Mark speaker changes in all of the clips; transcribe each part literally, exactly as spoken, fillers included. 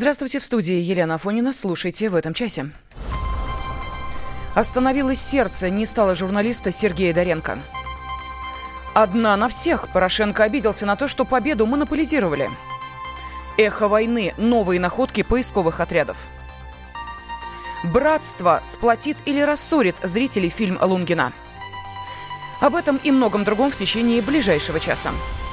Speaker 1: Здравствуйте, в студии Елена Афонина. Слушайте в этом часе. Остановилось сердце, не стало журналиста Сергея Доренко. Одна на всех. Порошенко обиделся на то, что победу монополизировали. Эхо войны. Новые находки поисковых отрядов. Братство сплотит или рассорит зрителей фильм Лунгина. Об этом и многом другом в течение ближайшего часа.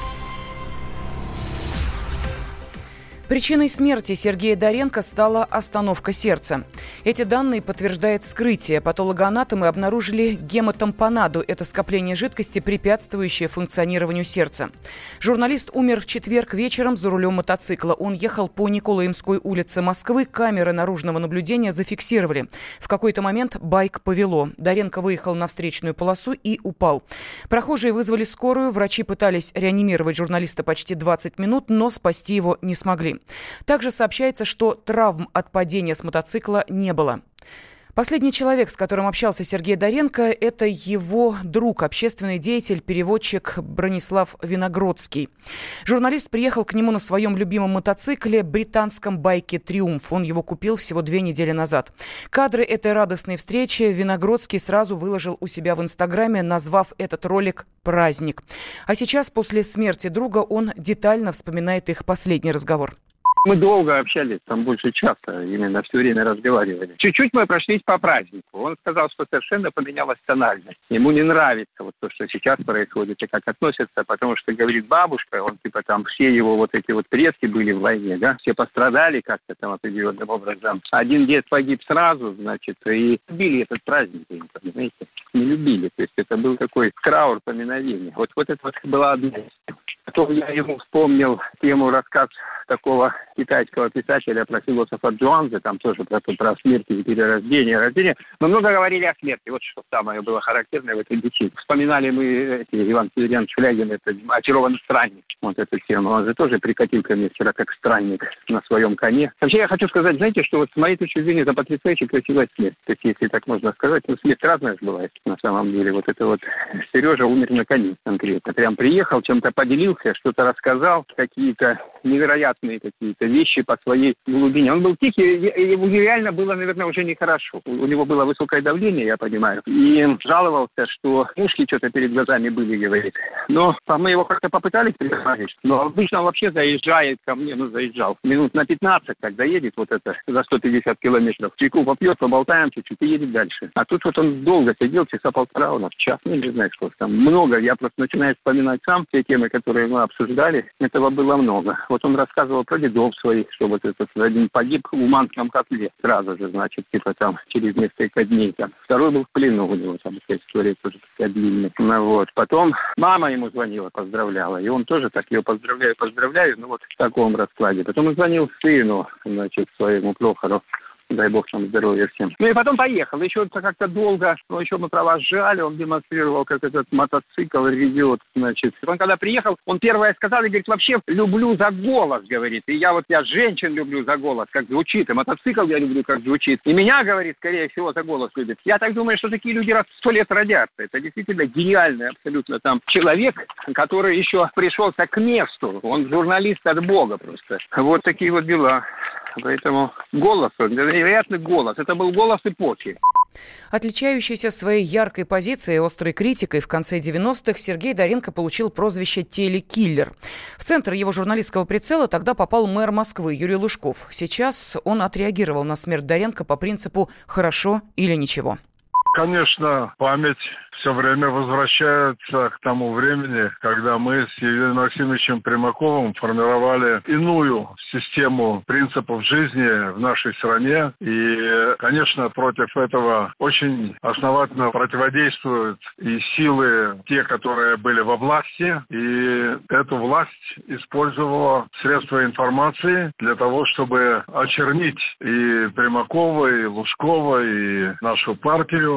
Speaker 1: Причиной смерти Сергея Доренко стала остановка сердца. Эти данные подтверждает вскрытие. Патологоанатомы обнаружили гематампонаду. Это скопление жидкости, препятствующее функционированию сердца. Журналист умер в четверг вечером за рулем мотоцикла. Он ехал по Николаемской улице Москвы. Камеры наружного наблюдения зафиксировали. В какой-то момент байк повело. Доренко выехал на встречную полосу и упал. Прохожие вызвали скорую. Врачи пытались реанимировать журналиста почти двадцать минут, но спасти его не смогли. Также сообщается, что травм от падения с мотоцикла не было. Последний человек, с которым общался Сергей Доренко, это его друг, общественный деятель, переводчик Бронислав Виногродский. Журналист приехал к нему на своем любимом мотоцикле, британском байке «Триумф». Он его купил всего две недели назад. Кадры этой радостной встречи Виногродский сразу выложил у себя в Инстаграме, назвав этот ролик «Праздник». А сейчас, после смерти друга, он детально вспоминает их последний разговор.
Speaker 2: Мы долго общались, там больше часа, именно все время разговаривали. Чуть-чуть мы прошлись по празднику. Он сказал, что совершенно поменялась тональность. Ему не нравится вот то, что сейчас происходит и как относятся, потому что, говорит бабушка, он типа там все его вот эти вот предки были в войне, да, все пострадали как-то там определенным образом. Один дед погиб сразу, значит, и любили этот праздник, понимаете, не любили. То есть это был такой траур, поминовение. Вот, вот это вот была одна из. Потом я ему вспомнил тему рассказ такого китайского писателя про философа Джуанзе, там тоже про, про смерть и перерождение, рождение. Мы много говорили о смерти, вот что самое было характерное в этой беседе. Вспоминали мы эти, Иван Северянович Флягин, это очарованный странник, вот эту тему. Он же тоже прикатил ко мне вчера как странник на своем коне. Вообще я хочу сказать, знаете, что вот с моей точки зрения это потрясающе красивая смерть. То есть, если так можно сказать, ну смерть разная бывает на самом деле. Вот это вот Сережа умер на коне конкретно. Прям приехал, чем-то поделился, что-то рассказал, какие-то невероятные какие-то вещи по своей глубине. Он был тихий, ему реально было, наверное, уже нехорошо. У него было высокое давление, я понимаю. И жаловался, что мушки что-то перед глазами были, говорит. Но мы его как-то попытались переговорить. Но обычно он вообще заезжает ко мне, ну, заезжал минут на пятнадцать, когда едет вот это за сто пятьдесят километров. Чайку попьет, поболтаем чуть-чуть и едет дальше. А тут вот он долго сидел, часа полтора у нас, час, ну, не знаю, что там. Много. Я просто начинаю вспоминать сам те темы, которые мы обсуждали. Этого было много. Вот он рассказывал про дедов своих, что вот этот один погиб в Уманском котле. Сразу же, значит, типа там через несколько дней. Там. Второй был в плену у него, там эта история тоже такая длинная. Ну вот. Потом мама ему звонила, поздравляла. И он тоже так ее поздравляю, поздравляю, ну вот в таком раскладе. Потом он звонил сыну, значит, своему Прохору. Дай бог нам здоровья всем. Ну и потом поехал. Еще как-то долго, ну, еще мы провожали, он демонстрировал, как этот мотоцикл ведет, значит. Он когда приехал, он первое сказал, и говорит, вообще люблю за голос, говорит. И я вот, я женщин люблю за голос, как звучит. И мотоцикл я люблю, как звучит. И меня, говорит, скорее всего, за голос любит. Я так думаю, что такие люди раз в сто лет родятся. Это действительно гениальный абсолютно там человек, который еще пришелся к месту. Он журналист от Бога просто. Вот такие вот дела. Поэтому голос, невероятный голос. Это был голос эпохи.
Speaker 1: Отличающийся своей яркой позицией и острой критикой в конце девяностых, Сергей Доренко получил прозвище «Телекиллер». В центр его журналистского прицела тогда попал мэр Москвы Юрий Лужков. Сейчас он отреагировал на смерть Доренко по принципу «хорошо или ничего».
Speaker 3: Конечно, память все время возвращается к тому времени, когда мы с Евгением Максимовичем Примаковым формировали иную систему принципов жизни в нашей стране. И, конечно, против этого очень основательно противодействуют и силы, те, которые были во власти. И эту власть использовала средства информации для того, чтобы очернить и Примакова, и Лужкова, и нашу партию.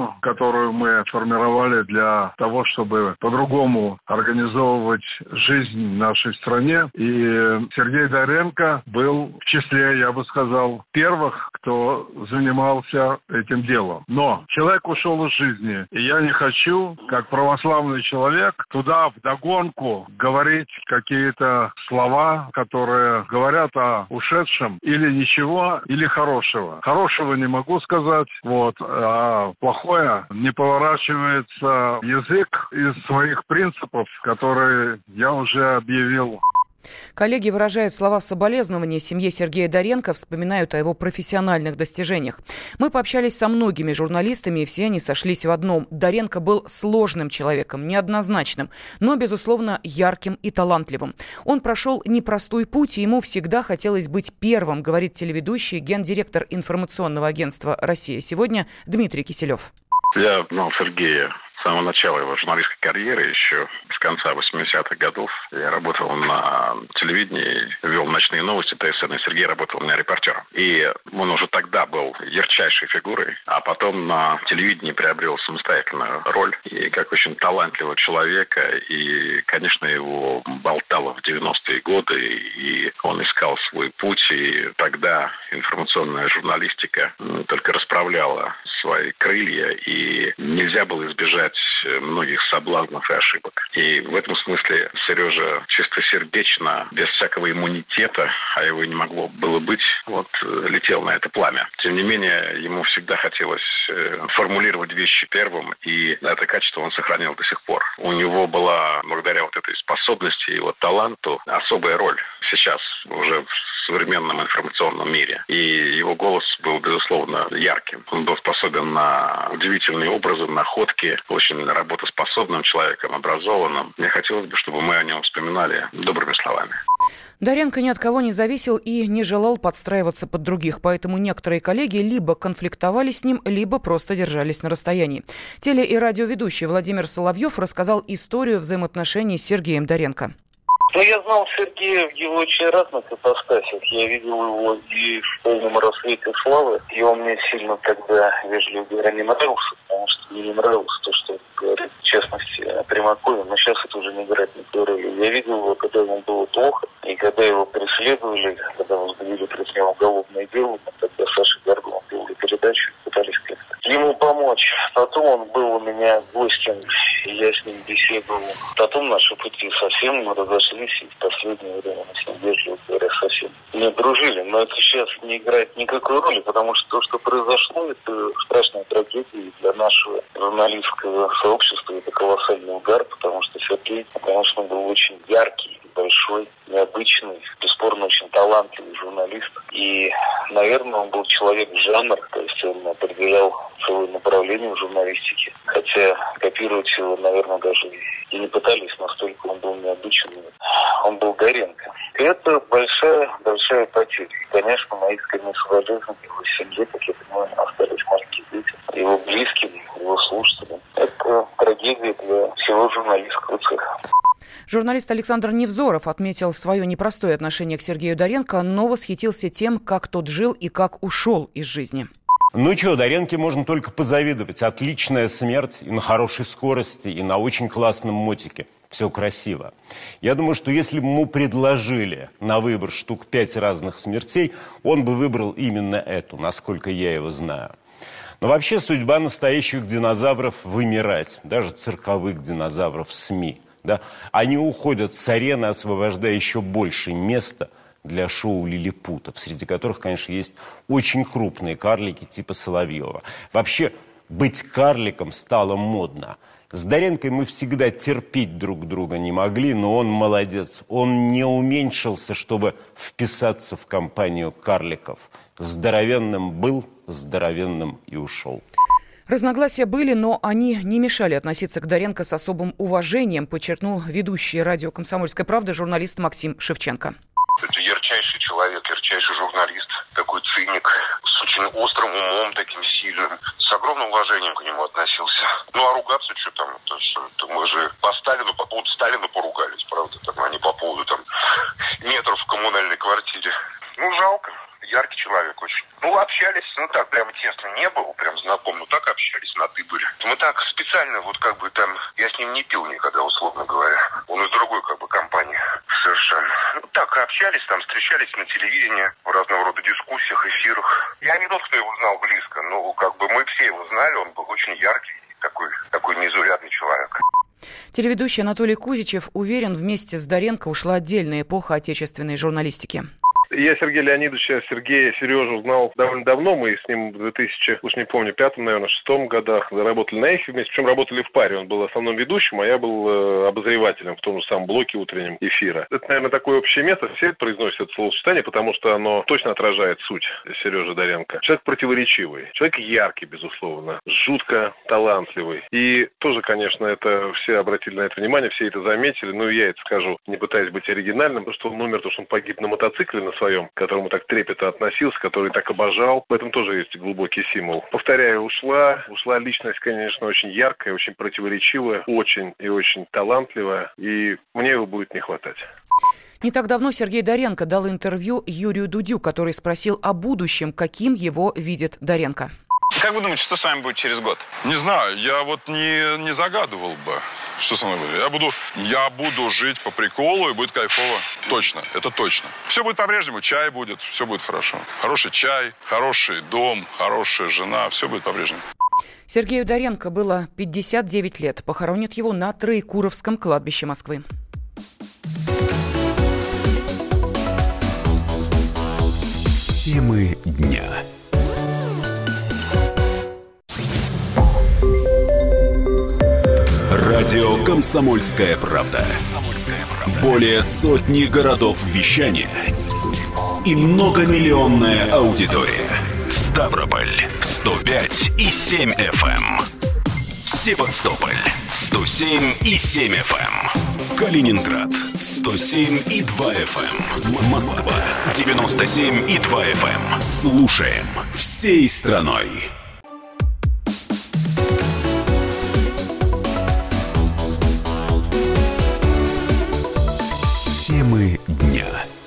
Speaker 3: систему, которую мы формировали для того, чтобы по-другому организовывать жизнь в нашей стране. И Сергей Доренко был в числе, я бы сказал, первых, кто занимался этим делом. Но человек ушел из жизни, и я не хочу, как православный человек, туда вдогонку говорить какие-то слова, которые говорят о ушедшем, или ничего, или хорошего. Хорошего не могу сказать, вот, а плохое не поворачивается язык из своих принципов, которые я уже объявил.
Speaker 1: Коллеги выражают слова соболезнования семье Сергея Доренко, вспоминают о его профессиональных достижениях. Мы пообщались со многими журналистами, и все они сошлись в одном. Доренко был сложным человеком, неоднозначным, но, безусловно, ярким и талантливым. Он прошел непростой путь, и ему всегда хотелось быть первым, говорит телеведущий, гендиректор информационного агентства «Россия сегодня» Дмитрий Киселев.
Speaker 4: Я знал Сергея с самого начала его журналистской карьеры, еще с конца восьмидесятых годов. Я работал на телевидении, вел ночные новости ТСН, и Сергей работал у меня репортером. И он уже тогда был ярчайшей фигурой, а потом на телевидении приобрел самостоятельную роль. И как очень талантливого человека, и, конечно, его болтало в девяностые годы, и он искал свой путь, и тогда информационная журналистика только расправляла свои крылья, и нельзя было избежать многих соблазнов и ошибок. И в этом смысле Сережа чистосердечно, без всякого иммунитета, а его и не могло было быть, вот летел на это пламя. Тем не менее, ему всегда хотелось формулировать вещи первым, и это качество он сохранил до сих пор. У него была, благодаря вот этой способности и вот таланту, особая роль сейчас уже в современном информационном мире. И его голос был, безусловно, ярким. Он был способен на удивительные образы, находки, очень работоспособным человеком, образованным. Мне хотелось бы, чтобы мы о нем вспоминали добрыми словами.
Speaker 1: Доренко ни от кого не зависел и не желал подстраиваться под других, поэтому некоторые коллеги либо конфликтовали с ним, либо просто держались на расстоянии. Теле- и радиоведущий Владимир Соловьев рассказал историю взаимоотношений с Сергеем Доренко.
Speaker 5: Ну, я знал Сергея в его очень разных ипостасях. Я видел его и в полном рассвете славы, и он мне сильно тогда, вежливо говоря, не нравился, потому что мне не нравилось то, что он говорит, в частности, о Примакове, но сейчас это уже не играет никакой роли. Я видел его, когда ему было плохо, и когда его преследовали, когда возбудили против него уголовное дело, мы тогда с Сашей Горговым делали передачу, пытались как-то ему помочь. Потом он был у меня гостем, и я с ним беседовал. Потом наши пути совсем разошлись, и в последнее время мы с ним, вежливо говоря, совсем не дружили. Но это сейчас не играет никакой роли, потому что то, что произошло, это страшная трагедия для нашего журналистского сообщества. Это колоссальный удар, потому что Сергей, конечно, был очень яркий, большой, необычный, бесспорно очень талантливый журналист. И, наверное, он был человек жанр, то есть он определял целое направление в журналистике. Хотя копировать его, наверное, даже и не пытались, настолько он был необычный. Он был Доренко. И это большая, большая потеря. И, конечно, мои искренние соболезнования его семье, как я понимаю, остались маленькие дети, его близким, его слушателям. Это трагедия для всего журналистского цеха.
Speaker 1: Журналист Александр Невзоров отметил свое непростое отношение к Сергею Доренко, но восхитился тем, как тот жил и как ушел из жизни.
Speaker 6: Ну что, Доренке можно только позавидовать. Отличная смерть и на хорошей скорости, и на очень классном мотике. Все красиво. Я думаю, что если бы ему предложили на выбор штук пять разных смертей, он бы выбрал именно эту, насколько я его знаю. Но вообще судьба настоящих динозавров вымирать. Даже цирковых динозавров СМИ. Да? Они уходят с арены, освобождая еще больше места для шоу лилипутов, среди которых, конечно, есть очень крупные карлики типа Соловьева. Вообще, быть карликом стало модно. С Доренкой мы всегда терпеть друг друга не могли, но он молодец. Он не уменьшился, чтобы вписаться в компанию карликов. Здоровенным был, здоровенным и ушел.
Speaker 1: Разногласия были, но они не мешали относиться к Доренко с особым уважением, подчеркнул ведущий радио «Комсомольская правда» журналист Максим Шевченко.
Speaker 7: Это ярчайший человек, ярчайший журналист, такой циник, с очень острым умом, таким сильным, с огромным уважением к нему относился. Ну, а ругаться что там, то, что, то мы же по Сталину, по поводу Сталина поругались, правда, там, а не по поводу там метров в коммунальной квартире. Ну, жалко, яркий человек очень. Ну, общались, ну так, прямо тесно не было, прям знаком, но так общались, на «ты» были. Мы так специально, вот как бы там, я с ним не пил никогда, условно говоря. Он из другой как бы компании совершенно. Ну, так общались, там встречались на телевидении, в разного рода дискуссиях, эфирах. Я не тот, кто его знал близко, но как бы мы все его знали, он был очень яркий, такой, такой незаурядный человек.
Speaker 1: Телеведущий Анатолий Кузичев уверен, вместе с Доренко ушла отдельная эпоха отечественной журналистики.
Speaker 3: Я Сергея Леонидовича, Сергея, Сережу знал довольно давно. Мы с ним в две тысячи, уж не помню, пятом, наверное, шестом годах работали на «Эхе» вместе. Причем работали в паре. Он был основным ведущим, а я был э, обозревателем в том же самом блоке утреннем эфира. Это, наверное, такое общее место. Все произносят это словосочетание, потому что оно точно отражает суть Сережи Доренко. Человек противоречивый. Человек яркий, безусловно. Жутко талантливый. И тоже, конечно, это все обратили на это внимание, все это заметили. Ну, я это скажу, не пытаясь быть оригинальным, потому что он умер, потому что он погиб на мотоцикле на своем, к которому так трепетно относился, который так обожал. В этом тоже есть глубокий символ. Повторяю, ушла. Ушла личность, конечно, очень яркая, очень противоречивая, очень и очень талантливая. И мне его будет не хватать.
Speaker 1: Не так давно Сергей Доренко дал интервью Юрию Дудю, который спросил о будущем, каким его видит Доренко.
Speaker 8: Как вы думаете, что с вами будет через год?
Speaker 9: Не знаю, я вот не, не загадывал бы, что со мной будет. Я буду, я буду жить по приколу, и будет кайфово. Точно, это точно. Все будет по-прежнему, чай будет, все будет хорошо. Хороший чай, хороший дом, хорошая жена, все будет по-прежнему.
Speaker 1: Сергею Доренко было пятьдесят девять лет. Похоронят его на Троекуровском кладбище Москвы.
Speaker 10: Темы дня. Радио «Комсомольская правда». Более сотни городов вещания и многомиллионная аудитория. Ставрополь сто пять и семь эф эм. Севастополь сто семь и семь эф эм. Калининград сто семь и два эф эм. Москва девяносто семь и два эф эм. Слушаем всей страной. Темы дня.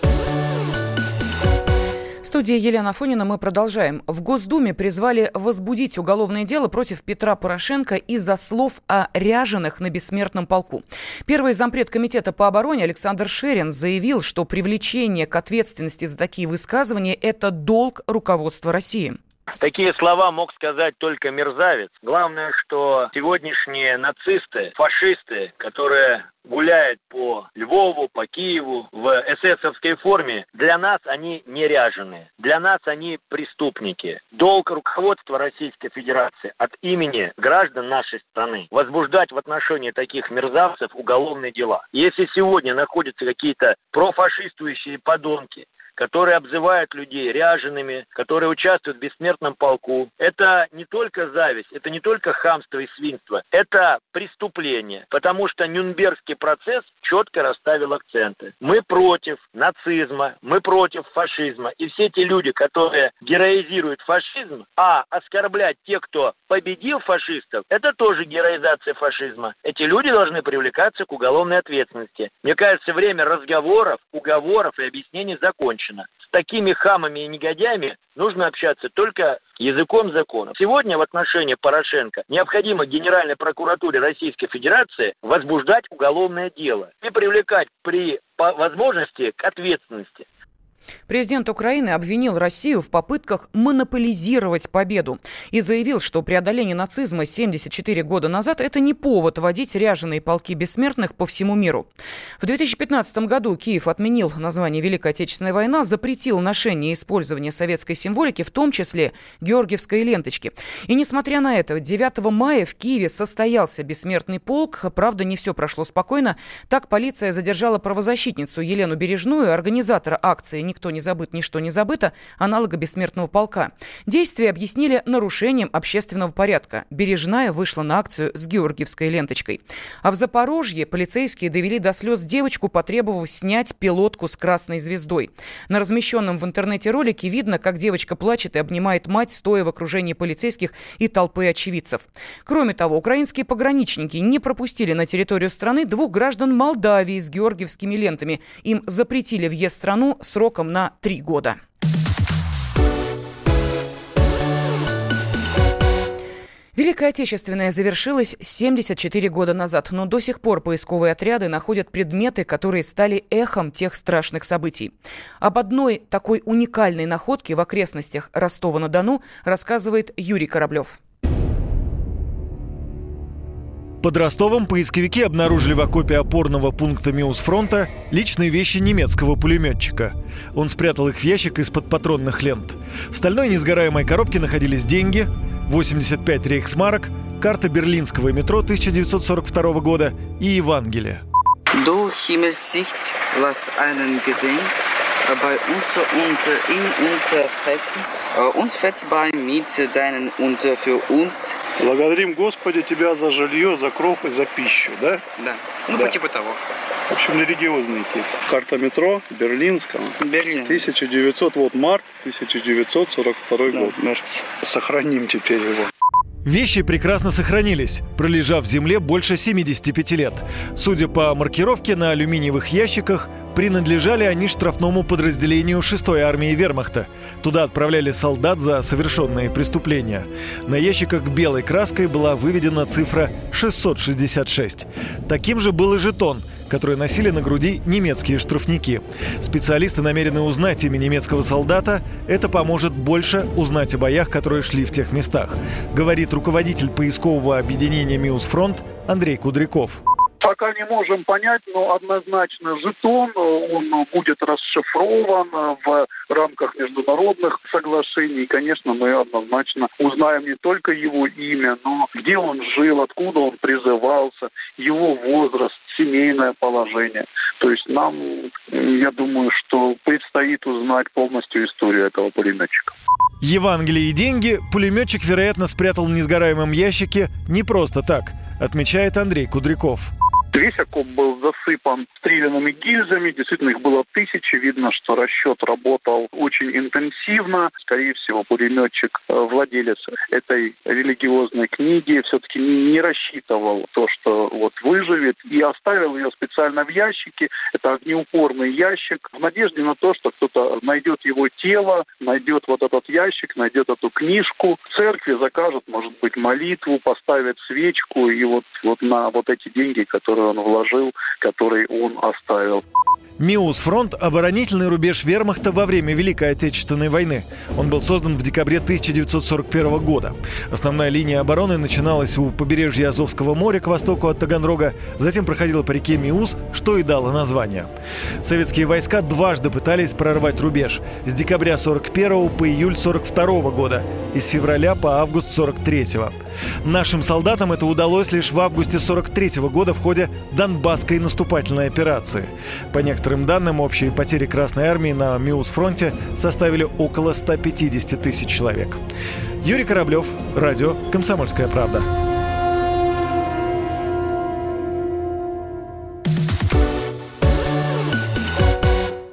Speaker 1: В студии Елена Афонина мы продолжаем. В Госдуме призвали возбудить уголовное дело против Петра Порошенко из-за слов о ряженых на бессмертном полку. Первый зампред комитета по обороне Александр Шерин заявил, что привлечение к ответственности за такие высказывания – это долг руководства России.
Speaker 11: Такие слова мог сказать только мерзавец. Главное, что сегодняшние нацисты, фашисты, которые гуляют по Львову, по Киеву в эсэсовской форме, для нас они не ряженые. Для нас они преступники. Долг руководства Российской Федерации от имени граждан нашей страны возбуждать в отношении таких мерзавцев уголовные дела. Если сегодня находятся какие-то профашистующие подонки, которые обзывают людей ряжеными, которые участвуют в бессмертном полку. Это не только зависть, это не только хамство и свинство, это преступление, потому что Нюрнбергский процесс четко расставил акценты. Мы против нацизма, мы против фашизма. И все те люди, которые героизируют фашизм, а оскорблять тех, кто победил фашистов, это тоже героизация фашизма. Эти люди должны привлекаться к уголовной ответственности. Мне кажется, время разговоров, уговоров и объяснений закончено. С такими хамами и негодяями нужно общаться только языком закона. Сегодня в отношении Порошенко необходимо Генеральной прокуратуре Российской Федерации возбуждать уголовное дело и привлекать при возможности к ответственности.
Speaker 1: Президент Украины обвинил Россию в попытках монополизировать победу и заявил, что преодоление нацизма семьдесят четыре года назад – это не повод водить ряженые полки бессмертных по всему миру. В две тысячи пятнадцатом году Киев отменил название Великая Отечественная война, запретил ношение и использование советской символики, в том числе георгиевской ленточки. И несмотря на это, девятого мая в Киеве состоялся бессмертный полк. Правда, не все прошло спокойно. Так полиция задержала правозащитницу Елену Бережную, организатора акции «Никто не забыт, ничто не забыто», аналога бессмертного полка. Действия объяснили нарушением общественного порядка. Бережная вышла на акцию с георгиевской ленточкой. А в Запорожье полицейские довели до слез девочку, потребовав снять пилотку с красной звездой. На размещенном в интернете ролике видно, как девочка плачет и обнимает мать, стоя в окружении полицейских и толпы очевидцев. Кроме того, украинские пограничники не пропустили на территорию страны двух граждан Молдавии с георгиевскими лентами. Им запретили въезд в страну сроком на три года. Великая Отечественная завершилась семьдесят четыре года назад, но до сих пор поисковые отряды находят предметы, которые стали эхом тех страшных событий. Об одной такой уникальной находке в окрестностях Ростова-на-Дону рассказывает Юрий Кораблев.
Speaker 12: Под Ростовом поисковики обнаружили в окопе опорного пункта Миусфронта личные вещи немецкого пулеметчика. Он спрятал их в ящик из-под патронных лент. В стальной несгораемой коробке находились деньги, восемьдесят пять рейхсмарок, карта берлинского метро тысяча девятьсот сорок второго года и Евангелие.
Speaker 13: Du Himmelssicht, was einen gesehen, bei uns und in unser Fett, uns fetzt bei mit deinen und für uns.
Speaker 14: Благодарим, Господи, Тебя за жилье, за кров и за пищу, да?
Speaker 13: Да, ну
Speaker 14: да.
Speaker 13: по типу того.
Speaker 14: В общем, религиозный текст. Карта метро Берлинского.
Speaker 13: Берлин.
Speaker 14: тысяча девятьсот, вот март тысяча девятьсот сорок второй
Speaker 13: да,
Speaker 14: год.
Speaker 13: Мерц.
Speaker 14: Сохраним теперь его.
Speaker 12: Вещи прекрасно сохранились, пролежав в земле больше семидесяти пяти лет. Судя по маркировке на алюминиевых ящиках, принадлежали они штрафному подразделению шестой армии вермахта. Туда отправляли солдат за совершенные преступления. На ящиках белой краской была выведена цифра шестьсот шестьдесят шесть. Таким же был и жетон, который носили на груди немецкие штрафники. Специалисты намерены узнать имя немецкого солдата. Это поможет больше узнать о боях, которые шли в тех местах, говорит руководитель поискового объединения «Миусфронт» Андрей Кудряков.
Speaker 15: Пока не можем понять, но однозначно жетон, он будет расшифрован в рамках международных соглашений. И, конечно, мы однозначно узнаем не только его имя, но где он жил, откуда он призывался, его возраст, семейное положение. То есть нам, я думаю, что предстоит узнать полностью историю этого пулеметчика.
Speaker 12: Евангелие и деньги пулеметчик, вероятно, спрятал в несгораемом ящике не просто так, отмечает Андрей Кудряков.
Speaker 15: Весь окоп был засыпан стрелянными гильзами, действительно их было тысячи, видно, что расчет работал очень интенсивно. Скорее всего, пулеметчик, владелец этой религиозной книги, все-таки не рассчитывал то, что вот выживет, и оставил ее специально в ящике. Это огнеупорный ящик, в надежде на то, что кто-то найдет его тело, найдет вот этот ящик, найдет эту книжку, в церкви закажет, может быть, молитву, поставит свечку, и вот, вот на вот эти деньги, которые он вложил, который он оставил.
Speaker 12: Миусфронт – оборонительный рубеж вермахта во время Великой Отечественной войны. Он был создан в декабре тысяча девятьсот сорок первого года. Основная линия обороны начиналась у побережья Азовского моря к востоку от Таганрога, затем проходила по реке Миус, что и дало название. Советские войска дважды пытались прорвать рубеж – с декабря сорок первого по июль сорок второго года и с февраля по август сорок третьего. Нашим солдатам это удалось лишь в августе сорок третьего года в ходе Донбасской наступательной операции. По некоторым данным, общие потери Красной Армии на Миусфронте составили около ста пятидесяти тысяч человек. Юрий Кораблев, радио «Комсомольская правда».